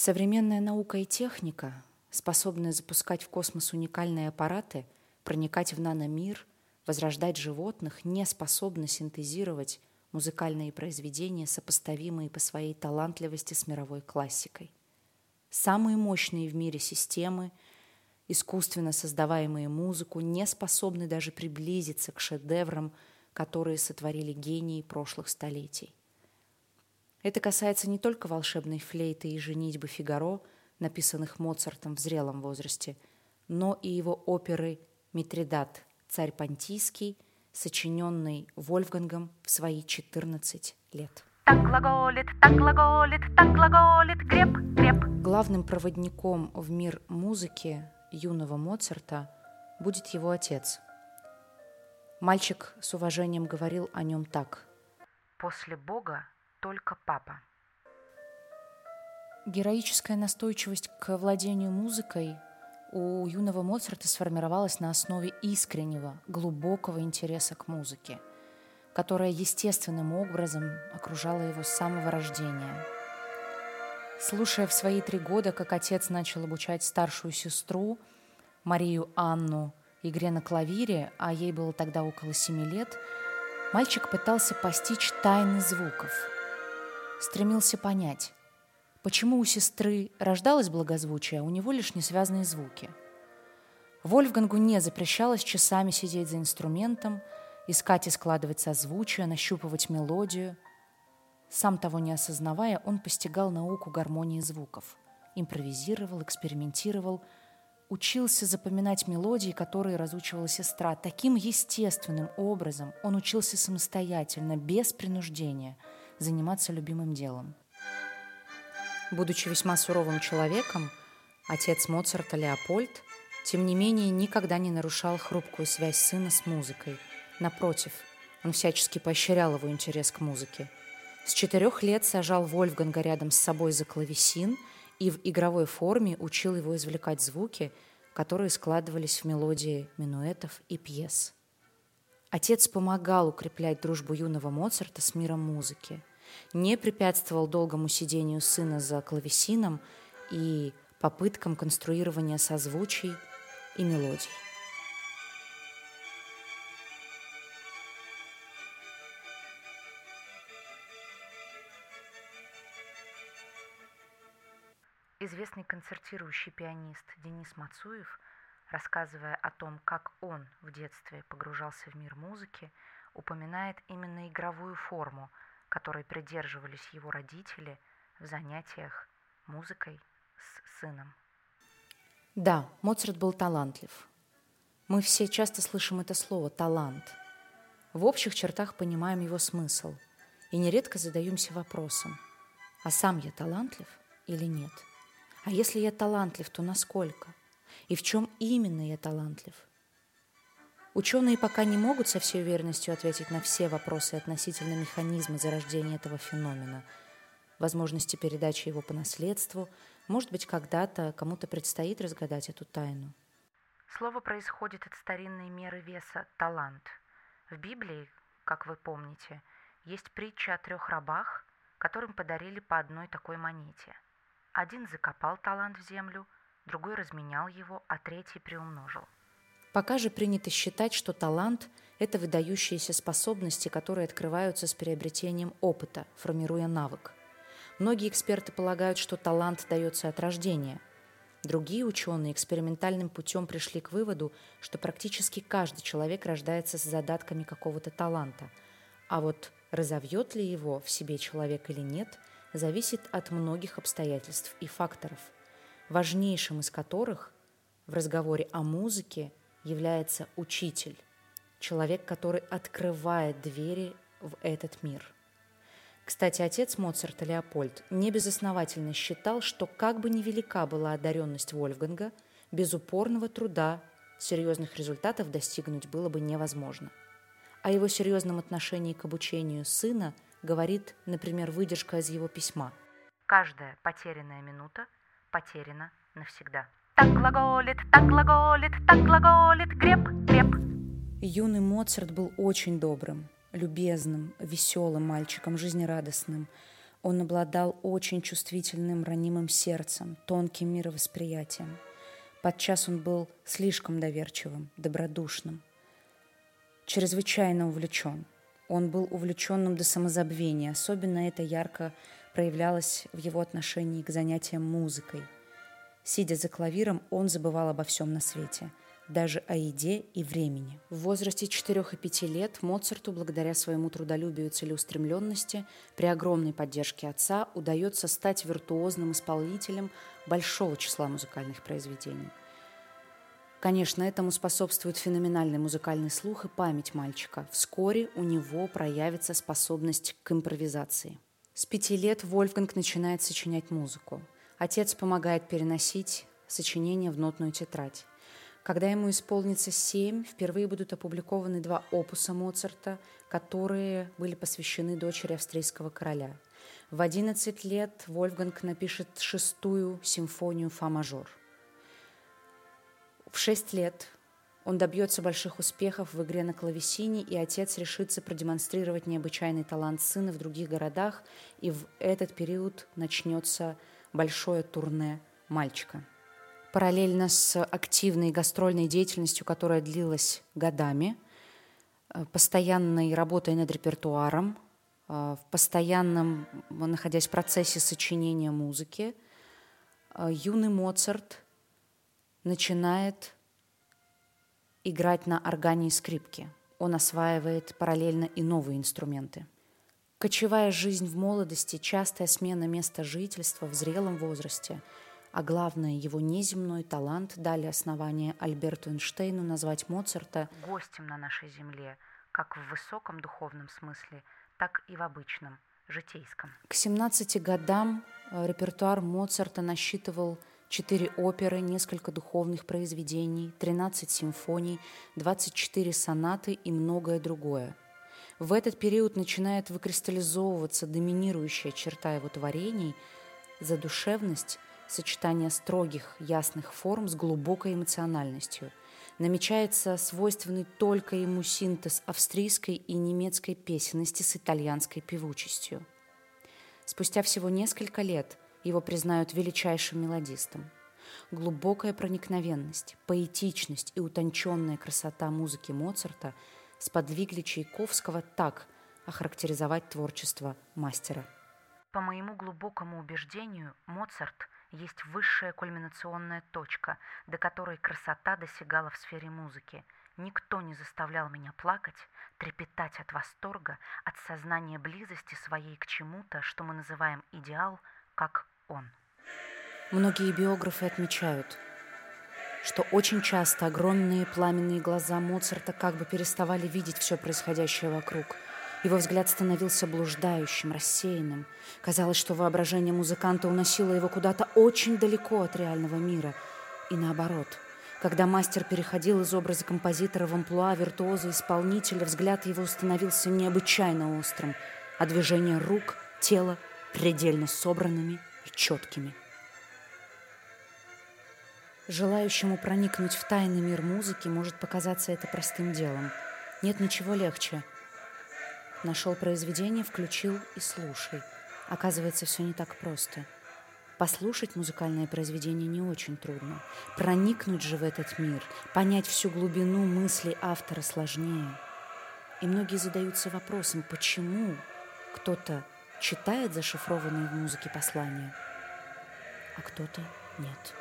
Современная наука и техника, способные запускать в космос уникальные аппараты, проникать в наномир, возрождать животных, не способны синтезировать музыкальные произведения, сопоставимые по своей талантливости с мировой классикой. Самые мощные в мире системы, искусственно создаваемые музыку, не способны даже приблизиться к шедеврам, которые сотворили гении прошлых столетий. Это касается не только волшебной флейты и «Женитьбы Фигаро», написанных Моцартом в зрелом возрасте, но и его оперы «Митридат. Царь Понтийский», сочиненной Вольфгангом в свои 14 лет. Так глаголит, греб, греб. Главным проводником в мир музыки юного Моцарта будет его отец. Мальчик с уважением говорил о нем так: «После Бога только папа». Героическая настойчивость к владению музыкой у юного Моцарта сформировалась на основе искреннего, глубокого интереса к музыке, которая естественным образом окружала его с самого рождения. Слушая в свои 3 года, как отец начал обучать старшую сестру, Марию Анну, игре на клавире, а ей было тогда около 7 лет, мальчик пытался постичь тайны звуков, стремился понять, почему у сестры рождалось благозвучие, а у него лишь несвязные звуки. Вольфгангу не запрещалось часами сидеть за инструментом, искать и складывать созвучия, нащупывать мелодию. Сам того не осознавая, он постигал науку гармонии звуков, импровизировал, экспериментировал, учился запоминать мелодии, которые разучивала сестра. Таким естественным образом он учился самостоятельно, без принуждения, заниматься любимым делом. Будучи весьма суровым человеком, отец Моцарта Леопольд, тем не менее, никогда не нарушал хрупкую связь сына с музыкой. Напротив, он всячески поощрял его интерес к музыке. С 4 лет сажал Вольфганга рядом с собой за клавесин и в игровой форме учил его извлекать звуки, которые складывались в мелодии минуэтов и пьес. Отец помогал укреплять дружбу юного Моцарта с миром музыки, не препятствовал долгому сидению сына за клавесином и попыткам конструирования созвучий и мелодий. Известный концертирующий пианист Денис Мацуев, рассказывая о том, как он в детстве погружался в мир музыки, упоминает именно игровую форму, которой придерживались его родители в занятиях музыкой с сыном. Да, Моцарт был талантлив. Мы все часто слышим это слово «талант». В общих чертах понимаем его смысл и нередко задаемся вопросом: а сам я талантлив или нет? А если я талантлив, то насколько? И в чем именно я талантлив? Ученые пока не могут со всей уверенностью ответить на все вопросы относительно механизма зарождения этого феномена, возможности передачи его по наследству. Может быть, когда-то кому-то предстоит разгадать эту тайну. Слово происходит от старинной меры веса «талант». В Библии, как вы помните, есть притча о 3 рабах, которым подарили по одной такой монете. Один закопал талант в землю, другой разменял его, а третий приумножил. Пока же принято считать, что талант – это выдающиеся способности, которые открываются с приобретением опыта, формируя навык. Многие эксперты полагают, что талант дается от рождения. Другие ученые экспериментальным путем пришли к выводу, что практически каждый человек рождается с задатками какого-то таланта, а вот разовьет ли его в себе человек или нет, зависит от многих обстоятельств и факторов, важнейшим из которых в разговоре о музыке является учитель, человек, который открывает двери в этот мир. Кстати, отец Моцарта Леопольд небезосновательно считал, что как бы ни велика была одаренность Вольфганга, без упорного труда серьезных результатов достигнуть было бы невозможно. О его серьезном отношении к обучению сына говорит, например, выдержка из его письма. Каждая потерянная минута потеряна навсегда. Так глаголит, греб, греб. Юный Моцарт был очень добрым, любезным, веселым мальчиком, жизнерадостным. Он обладал очень чувствительным, ранимым сердцем, тонким мировосприятием. Подчас он был слишком доверчивым, добродушным, чрезвычайно увлечен. Он был увлеченным до самозабвения. Особенно это ярко проявлялось в его отношении к занятиям музыкой. Сидя за клавиром, он забывал обо всем на свете, даже о еде и времени. В возрасте 4 и 5 лет Моцарту, благодаря своему трудолюбию и целеустремленности, при огромной поддержке отца, удается стать виртуозным исполнителем большого числа музыкальных произведений. Конечно, этому способствует феноменальный музыкальный слух и память мальчика. Вскоре у него проявится способность к импровизации. С 5 лет Вольфганг начинает сочинять музыку. Отец помогает переносить сочинения в нотную тетрадь. Когда ему исполнится 7, впервые будут опубликованы 2 опуса Моцарта, которые были посвящены дочери австрийского короля. В 11 лет Вольфганг напишет 6-ю симфонию фа-мажор. В 6 лет он добьется больших успехов в игре на клавесине, и отец решится продемонстрировать необычайный талант сына в других городах, и в этот период начнется большое турне мальчика. Параллельно с активной гастрольной деятельностью, которая длилась годами, постоянной работой над репертуаром, постоянном, находясь в процессе сочинения музыки, юный Моцарт начинает играть на органе и скрипке. Он осваивает параллельно и новые инструменты. Кочевая жизнь в молодости, частая смена места жительства в зрелом возрасте, а главное, его неземной талант дали основание Альберту Эйнштейну назвать Моцарта гостем на нашей земле, как в высоком духовном смысле, так и в обычном, житейском. К 17 годам репертуар Моцарта насчитывал 4 оперы, несколько духовных произведений, 13 симфоний, 24 сонаты и многое другое. В этот период начинает выкристаллизовываться доминирующая черта его творений – задушевность, сочетание строгих, ясных форм с глубокой эмоциональностью. Намечается свойственный только ему синтез австрийской и немецкой песенности с итальянской певучестью. Спустя всего несколько лет его признают величайшим мелодистом. Глубокая проникновенность, поэтичность и утонченная красота музыки Моцарта сподвигли Чайковского так охарактеризовать творчество мастера. По моему глубокому убеждению, Моцарт есть высшая кульминационная точка, до которой красота досягала в сфере музыки. Никто не заставлял меня плакать, трепетать от восторга, от сознания близости своей к чему-то, что мы называем идеал, как он. Многие биографы отмечают, что очень часто огромные пламенные глаза Моцарта как бы переставали видеть все происходящее вокруг. Его взгляд становился блуждающим, рассеянным. Казалось, что воображение музыканта уносило его куда-то очень далеко от реального мира. И наоборот, когда мастер переходил из образа композитора в амплуа виртуоза-исполнителя, взгляд его становился необычайно острым, а движения рук, тела предельно собранными и четкими. Желающему проникнуть в тайный мир музыки может показаться это простым делом. Нет ничего легче. Нашел произведение, включил и слушай. Оказывается, все не так просто. Послушать музыкальное произведение не очень трудно. Проникнуть же в этот мир, понять всю глубину мыслей автора сложнее. И многие задаются вопросом, почему кто-то читает зашифрованные в музыке послания, а кто-то нет.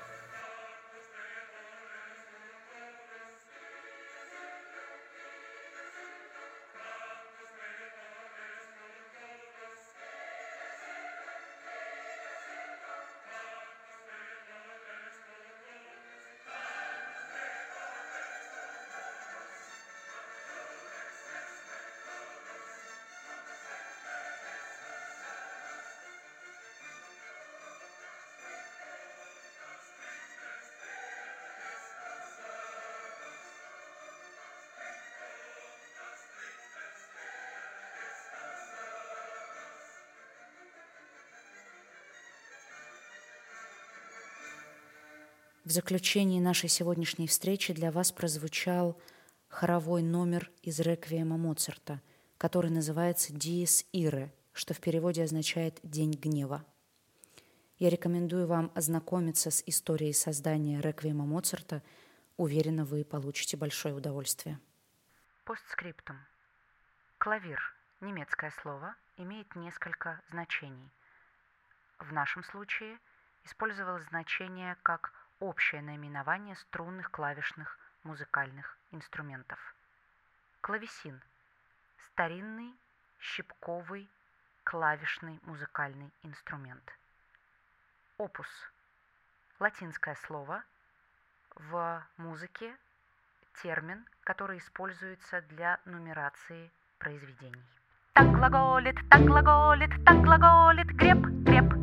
В заключении нашей сегодняшней встречи для вас прозвучал хоровой номер из реквиема Моцарта, который называется «Диес Ире» что в переводе означает «день гнева». Я рекомендую вам ознакомиться с историей создания реквиема Моцарта. Уверена, вы получите большое удовольствие. Постскриптум. Клавир, немецкое слово, имеет несколько значений. В нашем случае использовалось значение как общее наименование струнных клавишных музыкальных инструментов. Клавесин – старинный щипковый клавишный музыкальный инструмент. Опус – латинское слово, в музыке термин, который используется для нумерации произведений. Так глаголит, греб, греб.